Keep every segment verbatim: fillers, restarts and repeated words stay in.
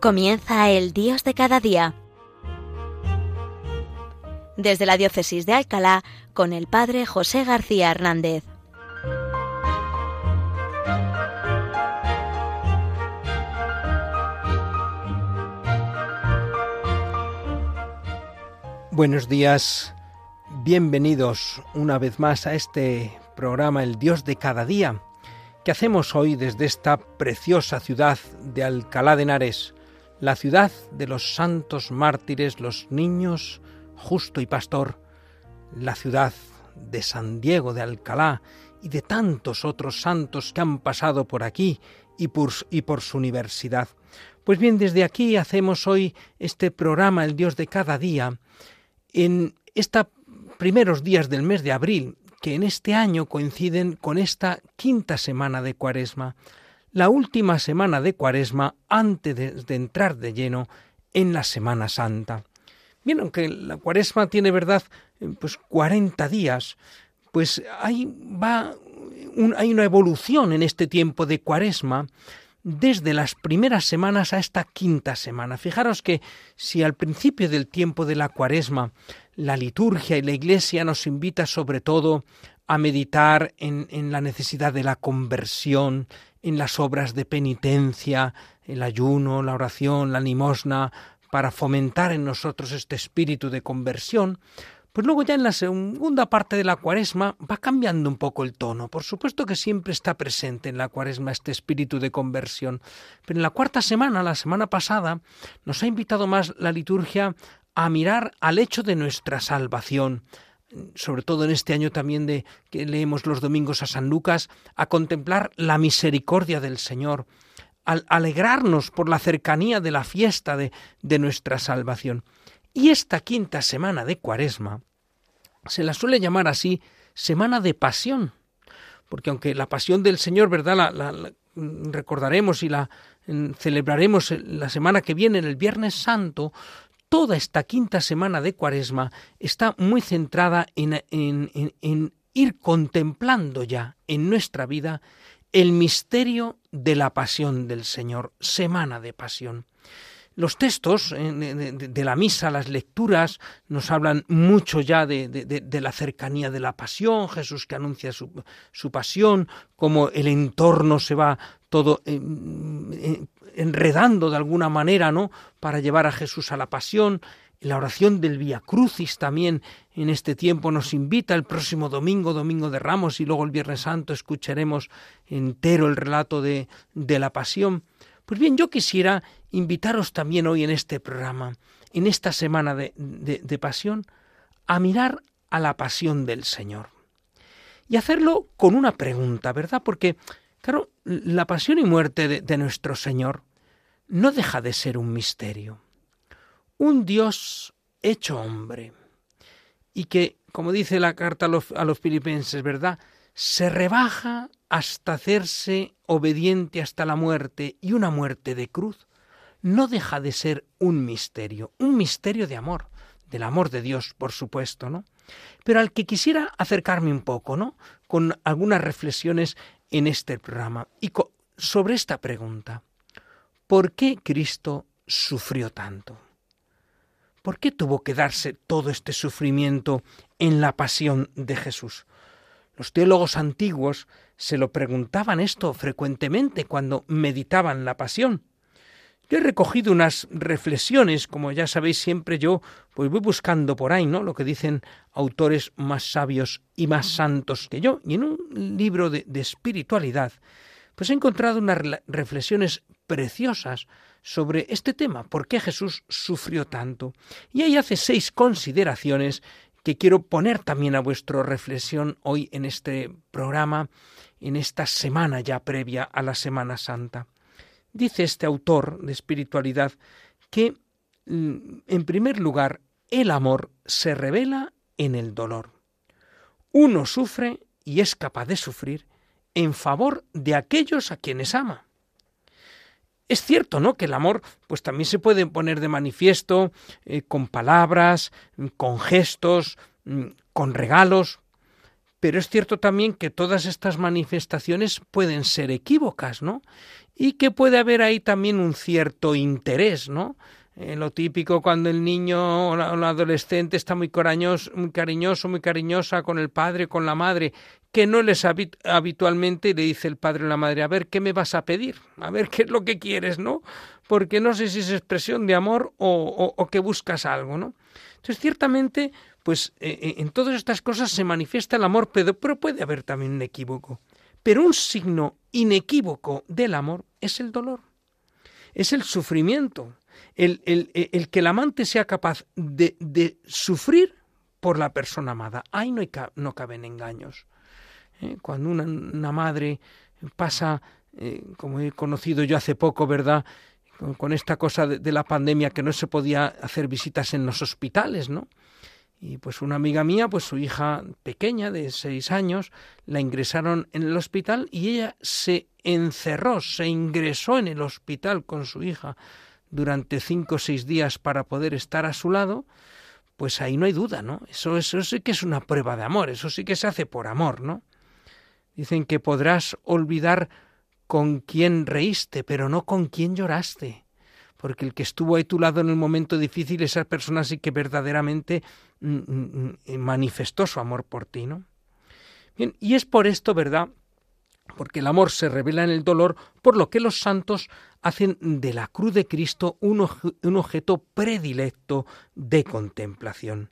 Comienza el Dios de cada día. Desde la Diócesis de Alcalá, con el Padre José García Hernández. Buenos días, bienvenidos una vez más a este programa El Dios de cada día, que hacemos hoy desde esta preciosa ciudad de Alcalá de Henares, la ciudad de los santos mártires, los niños, Justo y Pastor, la ciudad de San Diego de Alcalá y de tantos otros santos que han pasado por aquí y por, y por su universidad. Pues bien, desde aquí hacemos hoy este programa El Dios de cada día, en estos primeros días del mes de abril, que en este año coinciden con esta quinta semana de Cuaresma, la última semana de Cuaresma antes de, de entrar de lleno en la Semana Santa. Bien, aunque la Cuaresma tiene, verdad, pues cuarenta días, pues hay, va un, hay una evolución en este tiempo de Cuaresma desde las primeras semanas a esta quinta semana. Fijaros que si al principio del tiempo de la Cuaresma la liturgia y la Iglesia nos invita sobre todo a meditar en, en la necesidad de la conversión, en las obras de penitencia, el ayuno, la oración, la limosna, para fomentar en nosotros este espíritu de conversión, pues luego ya en la segunda parte de la Cuaresma va cambiando un poco el tono. Por supuesto que siempre está presente en la Cuaresma este espíritu de conversión, pero en la cuarta semana, la semana pasada, nos ha invitado más la liturgia a mirar al hecho de nuestra salvación, sobre todo en este año también de que leemos los domingos a San Lucas, a contemplar la misericordia del Señor, al alegrarnos por la cercanía de la fiesta de, de nuestra salvación. Y esta quinta semana de Cuaresma se la suele llamar así Semana de Pasión, porque aunque la pasión del Señor, ¿verdad?, la, la, la recordaremos y la en, celebraremos la semana que viene, en el Viernes Santo, toda esta quinta semana de Cuaresma está muy centrada en, en, en, en ir contemplando ya en nuestra vida el misterio de la pasión del Señor, Semana de Pasión. Los textos de la misa, las lecturas, nos hablan mucho ya de, de, de la cercanía de la pasión, Jesús que anuncia su, su pasión, cómo el entorno se va todo enredando de alguna manera, ¿no?, para llevar a Jesús a la pasión. La oración del Vía Crucis también en este tiempo nos invita. El próximo domingo, Domingo de Ramos, y luego el Viernes Santo escucharemos entero el relato de, de la pasión. Pues bien, yo quisiera invitaros también hoy en este programa, en esta semana de, de, de pasión, a mirar a la pasión del Señor. Y hacerlo con una pregunta, ¿verdad? Porque, claro, la pasión y muerte de, de nuestro Señor no deja de ser un misterio. Un Dios hecho hombre, y que, como dice la carta a los, a los filipenses, ¿verdad?, se rebaja hasta hacerse obediente hasta la muerte, y una muerte de cruz, no deja de ser un misterio, un misterio de amor, del amor de Dios, por supuesto, ¿no? Pero al que quisiera acercarme un poco, ¿no?, con algunas reflexiones en este programa, y co- sobre esta pregunta: ¿por qué Cristo sufrió tanto? ¿Por qué tuvo que darse todo este sufrimiento en la pasión de Jesús? Los teólogos antiguos se lo preguntaban esto frecuentemente cuando meditaban la pasión. Yo he recogido unas reflexiones, como ya sabéis siempre yo pues voy buscando por ahí, ¿no?, lo que dicen autores más sabios y más santos que yo. Y en un libro de, de espiritualidad pues he encontrado unas reflexiones preciosas sobre este tema, ¿por qué Jesús sufrió tanto? Y ahí hace seis consideraciones que quiero poner también a vuestra reflexión hoy en este programa, en esta semana ya previa a la Semana Santa. Dice este autor de espiritualidad que, en primer lugar, el amor se revela en el dolor. Uno sufre y es capaz de sufrir en favor de aquellos a quienes ama. Es cierto, ¿no?, que el amor pues también se puede poner de manifiesto eh, con palabras, con gestos, con regalos, Pero es cierto también que todas estas manifestaciones pueden ser equívocas, ¿no? Y que puede haber ahí también un cierto interés, ¿no? Eh, lo típico cuando el niño o el adolescente está muy cariñoso, muy cariñoso, muy cariñosa con el padre, con la madre, que no les habit- habitualmente le dice el padre o la madre, a ver, ¿qué me vas a pedir? A ver, ¿qué es lo que quieres, no? Porque no sé si es expresión de amor o, o, o que buscas algo, ¿no? Entonces, ciertamente, pues eh, en todas estas cosas se manifiesta el amor, pero, pero puede haber también un equívoco. Pero un signo inequívoco del amor es el dolor, es el sufrimiento, el, el, el que el amante sea capaz de, de sufrir por la persona amada. Ahí no, hay, no caben engaños. ¿Eh? Cuando una, una madre pasa, eh, como he conocido yo hace poco, ¿verdad?, con, con esta cosa de, de la pandemia, que no se podía hacer visitas en los hospitales, ¿no? Y pues una amiga mía, pues su hija pequeña de seis años, la ingresaron en el hospital y ella se encerró, se ingresó en el hospital con su hija durante cinco o seis días para poder estar a su lado. Pues ahí no hay duda, ¿no? Eso, eso sí que es una prueba de amor, eso sí que se hace por amor, ¿no? Dicen que podrás olvidar con quién reíste, pero no con quién lloraste. Porque el que estuvo ahí a tu lado en el momento difícil, esa persona sí que verdaderamente mm, mm, manifestó su amor por ti, ¿no? Bien, y es por esto, ¿verdad?, porque el amor se revela en el dolor, por lo que los santos hacen de la cruz de Cristo un, oje, un objeto predilecto de contemplación.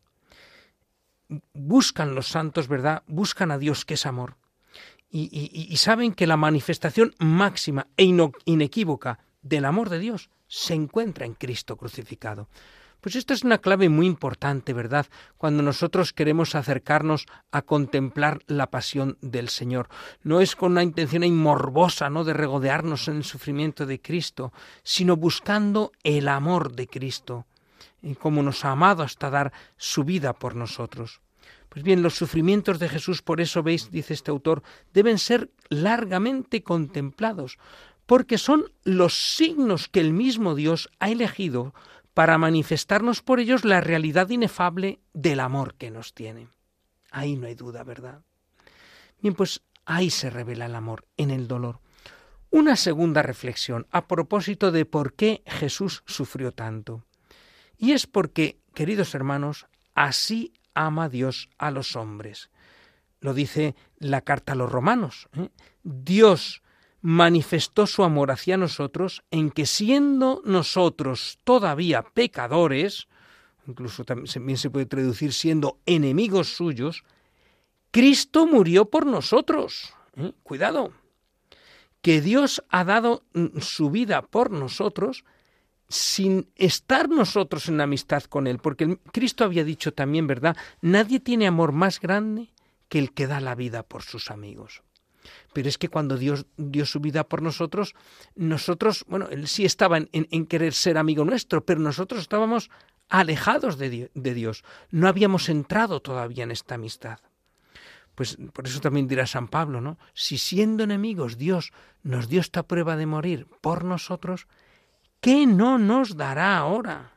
Buscan los santos, ¿verdad?, buscan a Dios, que es amor, y, y, y saben que la manifestación máxima e ino, inequívoca del amor de Dios se encuentra en Cristo crucificado. Pues esto es una clave muy importante, ¿verdad?, cuando nosotros queremos acercarnos a contemplar la pasión del Señor. No es con una intención morbosa, ¿no?, de regodearnos en el sufrimiento de Cristo, sino buscando el amor de Cristo, y cómo nos ha amado hasta dar su vida por nosotros. Pues bien, los sufrimientos de Jesús, por eso veis, dice este autor, deben ser largamente contemplados, porque son los signos que el mismo Dios ha elegido para manifestarnos por ellos la realidad inefable del amor que nos tiene. Ahí no hay duda, ¿verdad? Bien, pues ahí se revela el amor, en el dolor. Una segunda reflexión a propósito de por qué Jesús sufrió tanto. Y es porque, queridos hermanos, así ama Dios a los hombres. Lo dice la carta a los romanos, ¿eh? Dios manifestó su amor hacia nosotros en que, siendo nosotros todavía pecadores, incluso también se puede traducir siendo enemigos suyos, Cristo murió por nosotros. ¿Eh? Cuidado, que Dios ha dado su vida por nosotros sin estar nosotros en amistad con Él, porque Cristo había dicho también, ¿verdad?, nadie tiene amor más grande que el que da la vida por sus amigos. Pero es que cuando Dios dio su vida por nosotros, nosotros, bueno, Él sí estaba en, en, en querer ser amigo nuestro, pero nosotros estábamos alejados de, de Dios, no habíamos entrado todavía en esta amistad. Pues por eso también dirá San Pablo, ¿no? Si siendo enemigos Dios nos dio esta prueba de morir por nosotros, ¿qué no nos dará ahora?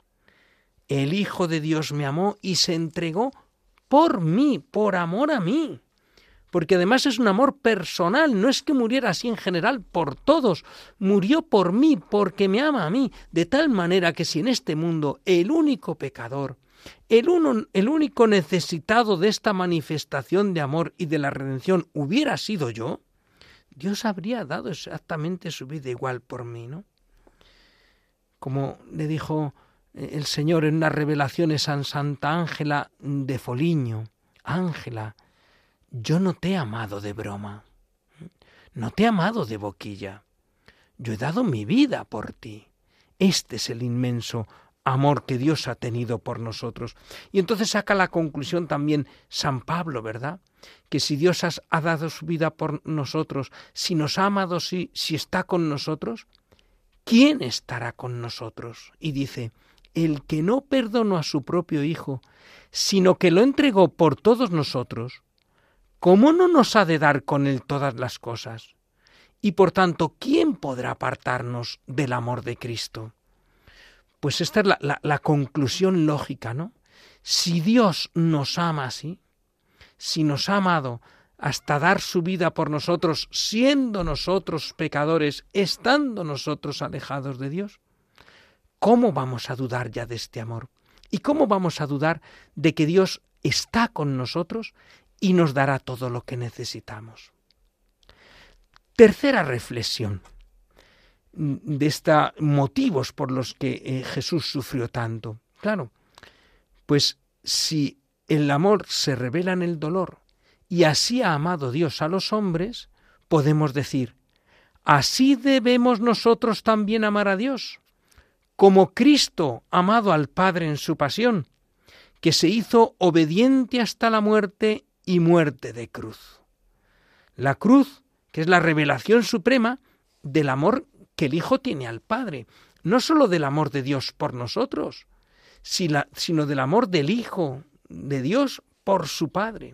El Hijo de Dios me amó y se entregó por mí, por amor a mí. Porque además es un amor personal, no es que muriera así en general por todos, murió por mí, porque me ama a mí, de tal manera que si en este mundo el único pecador, el, uno, el único necesitado de esta manifestación de amor y de la redención hubiera sido yo, Dios habría dado exactamente su vida igual por mí, ¿no? Como le dijo el Señor en unas revelaciones a Santa Ángela de Foligno, Ángela, yo no te he amado de broma, no te he amado de boquilla, yo he dado mi vida por ti. Este es el inmenso amor que Dios ha tenido por nosotros. Y entonces saca la conclusión también San Pablo, ¿verdad?, que si Dios has, ha dado su vida por nosotros, si nos ha amado, si, si está con nosotros, ¿quién estará con nosotros? Y dice, el que no perdonó a su propio Hijo, sino que lo entregó por todos nosotros, ¿cómo no nos ha de dar con él todas las cosas? Y por tanto, ¿quién podrá apartarnos del amor de Cristo? Pues esta es la, la, la conclusión lógica, ¿no? Si Dios nos ama así, si nos ha amado hasta dar su vida por nosotros, siendo nosotros pecadores, estando nosotros alejados de Dios? ¿Cómo vamos a dudar ya de este amor? ¿Y cómo vamos a dudar de que Dios está con nosotros y nos dará todo lo que necesitamos? Tercera reflexión de estos motivos por los que eh, Jesús sufrió tanto. Claro, pues si el amor se revela en el dolor y así ha amado Dios a los hombres, podemos decir, así debemos nosotros también amar a Dios, como Cristo amado al Padre en su pasión, que se hizo obediente hasta la muerte y muerte de cruz. La cruz, que es la revelación suprema del amor que el Hijo tiene al Padre, no sólo del amor de Dios por nosotros, sino del amor del Hijo de Dios por su Padre.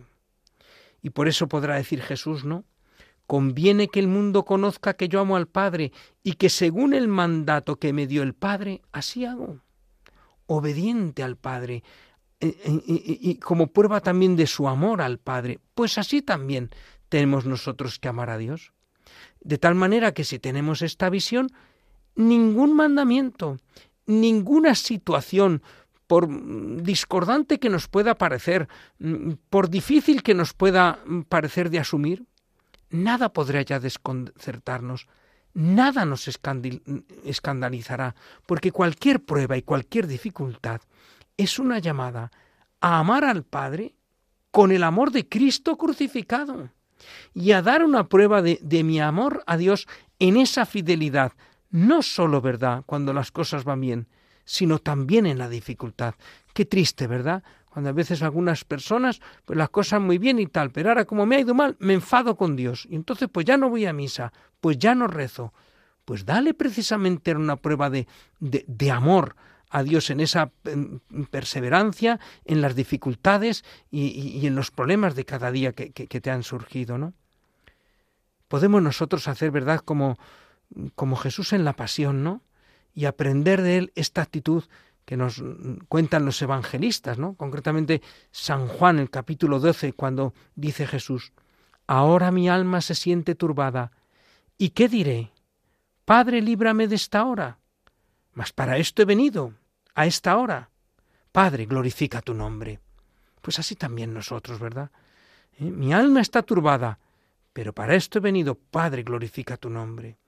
Y por eso podrá decir Jesús, ¿no? Conviene que el mundo conozca que yo amo al Padre y que según el mandato que me dio el Padre, así hago. Obediente al Padre, y, y, y como prueba también de su amor al Padre, pues así también tenemos nosotros que amar a Dios. De tal manera que si tenemos esta visión, ningún mandamiento, ninguna situación, por discordante que nos pueda parecer, por difícil que nos pueda parecer de asumir, nada podrá ya desconcertarnos, nada nos escandalizará, porque cualquier prueba y cualquier dificultad es una llamada a amar al Padre con el amor de Cristo crucificado y a dar una prueba de, de mi amor a Dios en esa fidelidad, no solo, ¿verdad?, cuando las cosas van bien, sino también en la dificultad. Qué triste, ¿verdad?, cuando a veces algunas personas, pues las cosas muy bien y tal, pero ahora como me ha ido mal, me enfado con Dios, y entonces pues ya no voy a misa, pues ya no rezo. Pues dale precisamente una prueba de, de, de amor a Dios en esa perseverancia, en las dificultades y, y, y en los problemas de cada día que, que, que te han surgido, ¿no? Podemos nosotros hacer, ¿verdad?, como, como Jesús en la pasión, ¿no?, y aprender de él esta actitud que nos cuentan los evangelistas, ¿no? Concretamente San Juan, el capítulo doce, cuando dice Jesús, ahora mi alma se siente turbada, ¿y qué diré? Padre, líbrame de esta hora. Mas para esto he venido, a esta hora. Padre, glorifica tu nombre. Pues así también nosotros, ¿verdad? ¿Eh? Mi alma está turbada, pero para esto he venido, Padre, glorifica tu nombre.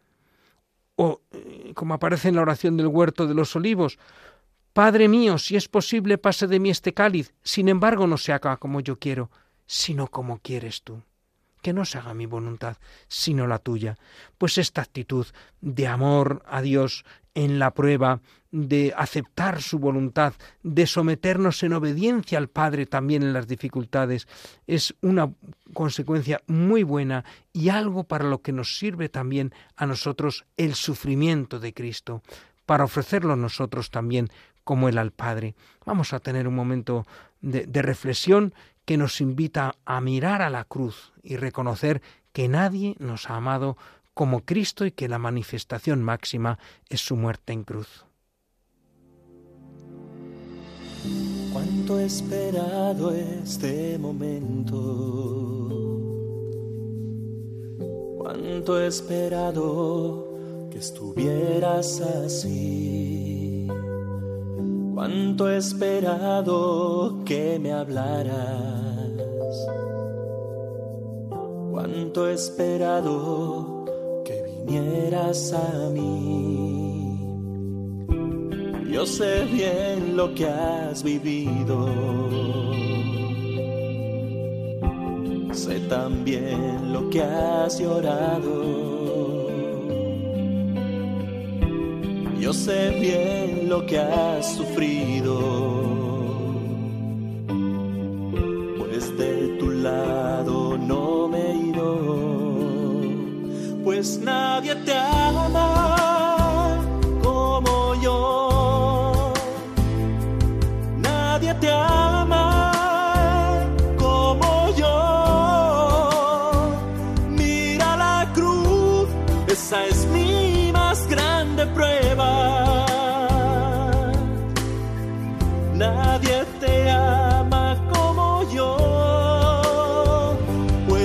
O, eh, como aparece en la oración del huerto de los olivos, Padre mío, si es posible, pase de mí este cáliz, sin embargo no se haga como yo quiero, sino como quieres tú. Que no se haga mi voluntad, sino la tuya. Pues esta actitud de amor a Dios en la prueba, de aceptar su voluntad, de someternos en obediencia al Padre también en las dificultades, es una consecuencia muy buena y algo para lo que nos sirve también a nosotros el sufrimiento de Cristo, para ofrecerlo nosotros también como Él al Padre. Vamos a tener un momento de, de reflexión que nos invita a mirar a la cruz y reconocer que nadie nos ha amado como Cristo y que la manifestación máxima es su muerte en cruz. Cuánto he esperado este momento, cuánto he esperado que estuvieras así, cuánto he esperado que me hablaras, cuánto he esperado que vinieras a mí. Yo sé bien lo que has vivido, sé también lo que has llorado. Yo sé bien lo que has sufrido, pues de tu lado no me he ido, pues nadie te ama como yo. Nadie te ama como yo. Mira la cruz, esa es mi más grande prueba. Nadie te ama como yo.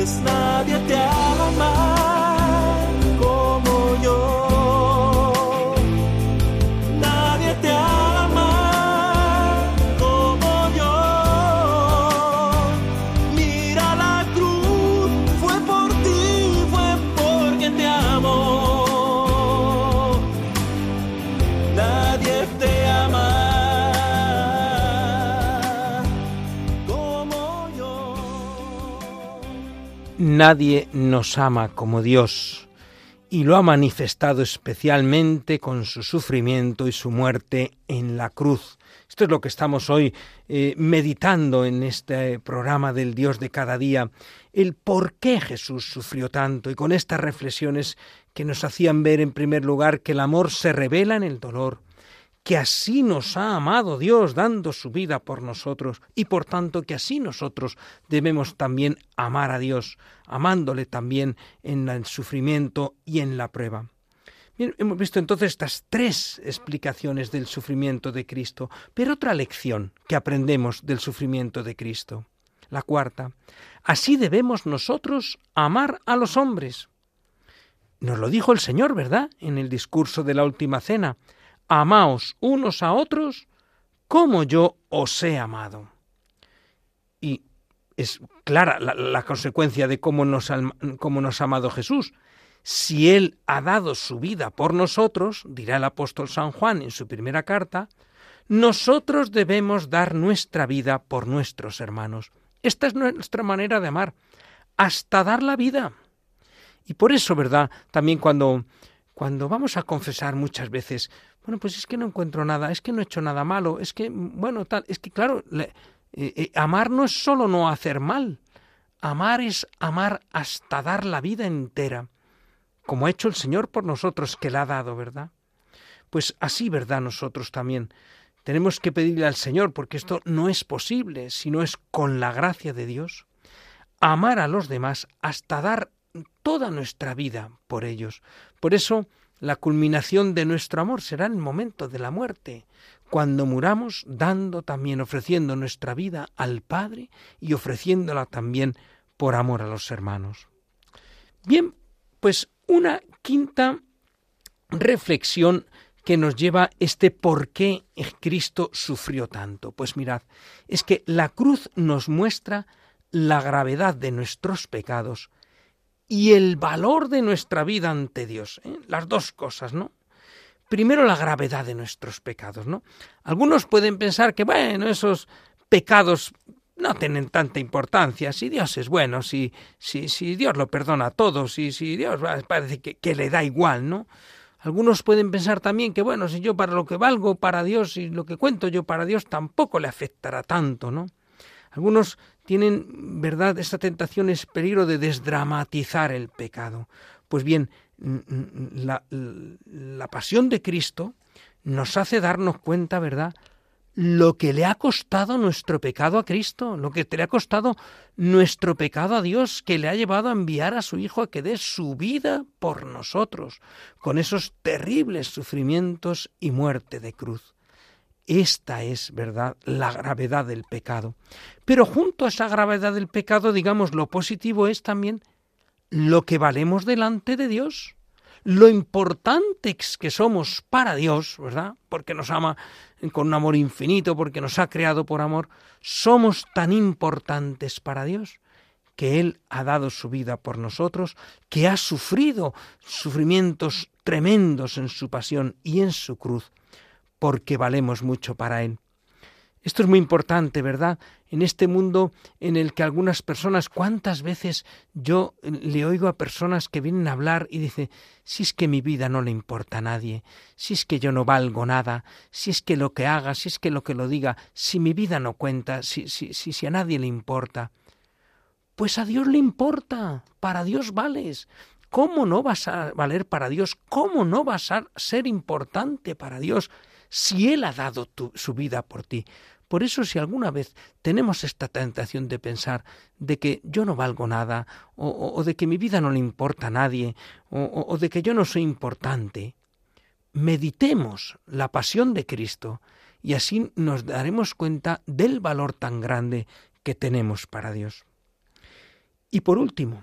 pues nadie te ama como yo. Nadie te ama como yo. Mira la cruz, fue por ti, fue porque te amo. Nadie te ama. Nadie nos ama como Dios, y lo ha manifestado especialmente con su sufrimiento y su muerte en la cruz. Esto es lo que estamos hoy eh, meditando en este programa del Dios de cada día, el por qué Jesús sufrió tanto, y con estas reflexiones que nos hacían ver en primer lugar que el amor se revela en el dolor, que así nos ha amado Dios dando su vida por nosotros y por tanto que así nosotros debemos también amar a Dios, amándole también en el sufrimiento y en la prueba. Bien, hemos visto entonces estas tres explicaciones del sufrimiento de Cristo, pero otra lección que aprendemos del sufrimiento de Cristo. La cuarta, así debemos nosotros amar a los hombres. Nos lo dijo el Señor, ¿verdad?, en el discurso de la última cena. Amaos unos a otros como yo os he amado. Y es clara la, la consecuencia de cómo nos, cómo nos ha amado Jesús. Si Él ha dado su vida por nosotros, dirá el apóstol San Juan en su primera carta, nosotros debemos dar nuestra vida por nuestros hermanos. Esta es nuestra manera de amar, hasta dar la vida. Y por eso, ¿verdad?, también cuando... Cuando vamos a confesar muchas veces, bueno, pues es que no encuentro nada, es que no he hecho nada malo, es que, bueno, tal, es que claro, le, eh, eh, amar no es solo no hacer mal, amar es amar hasta dar la vida entera, como ha hecho el Señor por nosotros, que la ha dado, ¿verdad? Pues así, ¿verdad?, nosotros también tenemos que pedirle al Señor, porque esto no es posible, sino es con la gracia de Dios, amar a los demás hasta dar toda nuestra vida por ellos. Por eso, la culminación de nuestro amor será en el momento de la muerte, cuando muramos dando también, ofreciendo nuestra vida al Padre y ofreciéndola también por amor a los hermanos. Bien, pues una quinta reflexión que nos lleva este por qué Cristo sufrió tanto. Pues mirad, es que la cruz nos muestra la gravedad de nuestros pecados y el valor de nuestra vida ante Dios, ¿eh? Las dos cosas, ¿no? Primero, la gravedad de nuestros pecados, ¿no? Algunos pueden pensar que, bueno, esos pecados no tienen tanta importancia, si Dios es bueno, si, si, si Dios lo perdona a todos, si, si Dios parece que, que le da igual, ¿no? Algunos pueden pensar también que, bueno, si yo para lo que valgo para Dios y lo que cuento yo para Dios tampoco le afectará tanto, ¿no? Algunos tienen, ¿verdad?, esta tentación, es peligro de desdramatizar el pecado. Pues bien, la, la pasión de Cristo nos hace darnos cuenta, ¿verdad?, lo que le ha costado nuestro pecado a Cristo, lo que le ha costado nuestro pecado a Dios, que le ha llevado a enviar a su Hijo a que dé su vida por nosotros, con esos terribles sufrimientos y muerte de cruz. Esta es, ¿verdad?, la gravedad del pecado. Pero junto a esa gravedad del pecado, digamos, lo positivo es también lo que valemos delante de Dios, lo importantes que somos para Dios, ¿verdad?, porque nos ama con un amor infinito, porque nos ha creado por amor. Somos tan importantes para Dios que Él ha dado su vida por nosotros, que ha sufrido sufrimientos tremendos en su pasión y en su cruz, porque valemos mucho para Él. Esto es muy importante, ¿verdad?, en este mundo en el que algunas personas, cuántas veces yo le oigo a personas que vienen a hablar y dicen, si es que mi vida no le importa a nadie, si es que yo no valgo nada, si es que lo que haga, si es que lo que lo diga, si mi vida no cuenta, si, si, si, si a nadie le importa. Pues a Dios le importa, para Dios vales. ¿Cómo no vas a valer para Dios? ¿Cómo no vas a ser importante para Dios si Él ha dado tu, su vida por ti? Por eso, si alguna vez tenemos esta tentación de pensar de que yo no valgo nada, o, o, o de que mi vida no le importa a nadie, o, o, o de que yo no soy importante, meditemos la pasión de Cristo y así nos daremos cuenta del valor tan grande que tenemos para Dios. Y por último,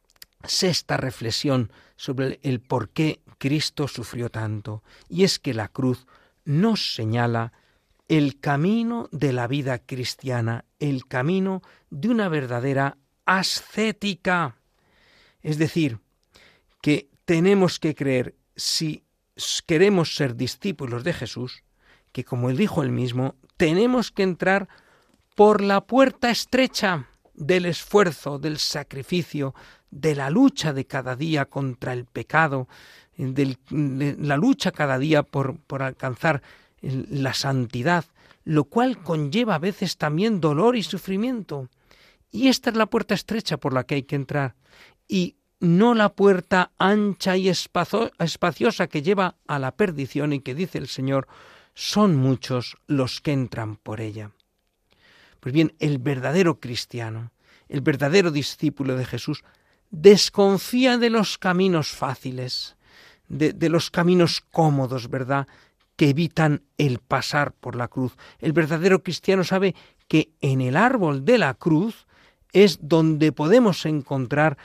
sexta reflexión sobre el por qué Cristo sufrió tanto, y es que la cruz nos señala el camino de la vida cristiana, el camino de una verdadera ascética. Es decir, que tenemos que creer, si queremos ser discípulos de Jesús, que como él dijo él mismo, tenemos que entrar por la puerta estrecha del esfuerzo, del sacrificio, de la lucha de cada día contra el pecado, de la lucha cada día por, por alcanzar la santidad, lo cual conlleva a veces también dolor y sufrimiento. Y esta es la puerta estrecha por la que hay que entrar, y no la puerta ancha y espaciosa que lleva a la perdición y que dice el Señor, son muchos los que entran por ella. Pues bien, el verdadero cristiano, el verdadero discípulo de Jesús, desconfía de los caminos fáciles, de, de los caminos cómodos, ¿verdad?, que evitan el pasar por la cruz. El verdadero cristiano sabe que en el árbol de la cruz es donde podemos encontrar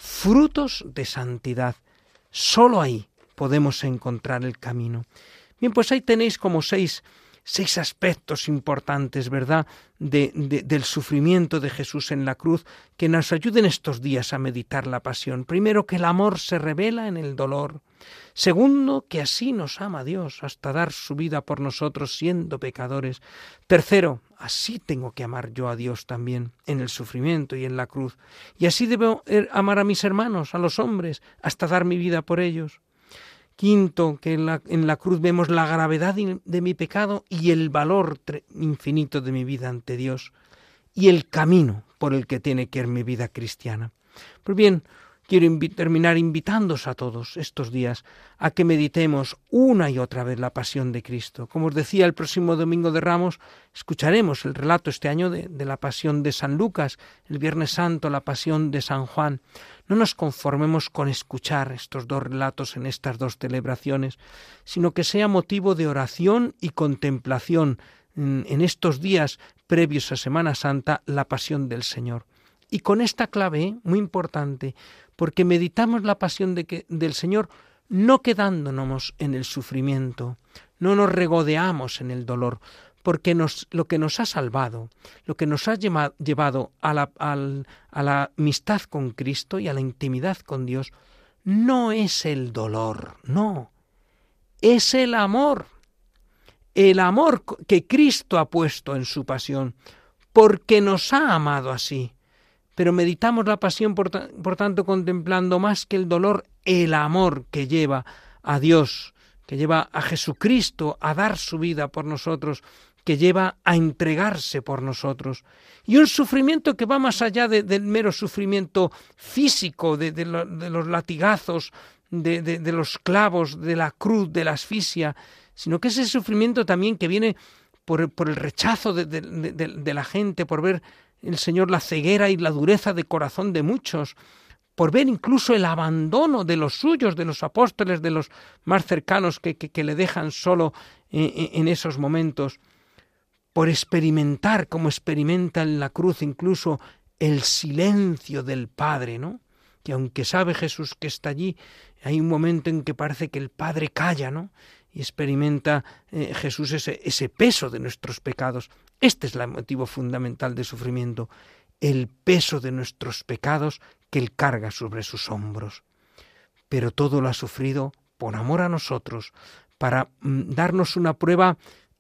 frutos de santidad. Solo ahí podemos encontrar el camino. Bien, pues ahí tenéis como seis, seis aspectos importantes, ¿verdad?, de, de, del sufrimiento de Jesús en la cruz, que nos ayuden estos días a meditar la pasión. Primero, que el amor se revela en el dolor. Segundo, que así nos ama Dios hasta dar su vida por nosotros siendo pecadores. Tercero, así tengo que amar yo a Dios también en el sufrimiento y en la cruz. Y así debo amar a mis hermanos, a los hombres, hasta dar mi vida por ellos. Quinto, que en la, en la cruz vemos la gravedad de mi pecado y el valor infinito de mi vida ante Dios y el camino por el que tiene que ir mi vida cristiana. Pues bien, quiero invi- terminar invitándoos a todos estos días a que meditemos una y otra vez la pasión de Cristo. Como os decía, el próximo Domingo de Ramos escucharemos el relato este año de, de la pasión de San Lucas, el Viernes Santo la pasión de San Juan. No nos conformemos con escuchar estos dos relatos en estas dos celebraciones, sino que sea motivo de oración y contemplación en, en estos días previos a Semana Santa, la pasión del Señor. Y con esta clave, muy importante, porque meditamos la pasión de que, del Señor no quedándonos en el sufrimiento, no nos regodeamos en el dolor, porque nos, lo que nos ha salvado, lo que nos ha lleva, llevado a la, al, a la amistad con Cristo y a la intimidad con Dios, no es el dolor, no, es el amor, el amor que Cristo ha puesto en su pasión, porque nos ha amado así. Pero meditamos la pasión, por, por tanto, contemplando más que el dolor, el amor que lleva a Dios, que lleva a Jesucristo a dar su vida por nosotros, que lleva a entregarse por nosotros. Y un sufrimiento que va más allá de, del mero sufrimiento físico, de, de, lo, de los latigazos, de, de, de los clavos, de la cruz, de la asfixia, sino que ese sufrimiento también que viene por, por el rechazo de, de, de, de la gente, por ver el Señor la ceguera y la dureza de corazón de muchos, por ver incluso el abandono de los suyos, de los apóstoles, de los más cercanos que, que, que le dejan solo en, en esos momentos, por experimentar como experimenta en la cruz incluso el silencio del Padre, ¿no? Que aunque sabe Jesús que está allí, hay un momento en que parece que el Padre calla, ¿no? Y experimenta eh, Jesús ese, ese peso de nuestros pecados. Este es el motivo fundamental de sufrimiento, el peso de nuestros pecados que Él carga sobre sus hombros. Pero todo lo ha sufrido por amor a nosotros, para mm, darnos una prueba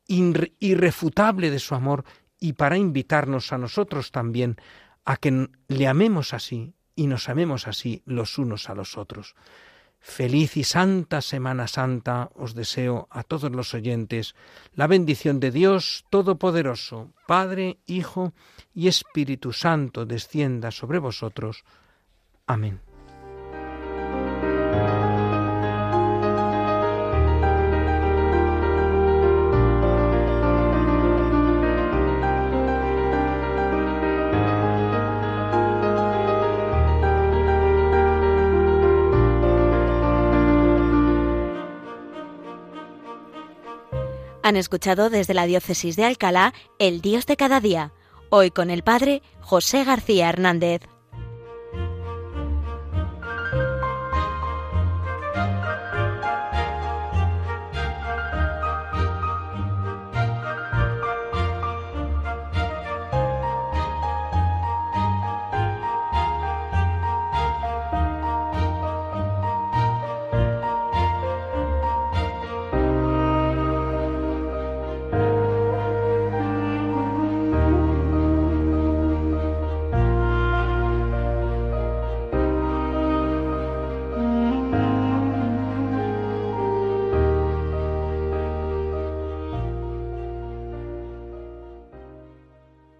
irrefutable de su amor y para invitarnos a nosotros también a que le amemos así y nos amemos así los unos a los otros. Feliz y santa Semana Santa os deseo a todos los oyentes. La bendición de Dios Todopoderoso, Padre, Hijo y Espíritu Santo descienda sobre vosotros. Amén. Han escuchado desde la Diócesis de Alcalá El Dios de cada día, hoy con el Padre José García Hernández.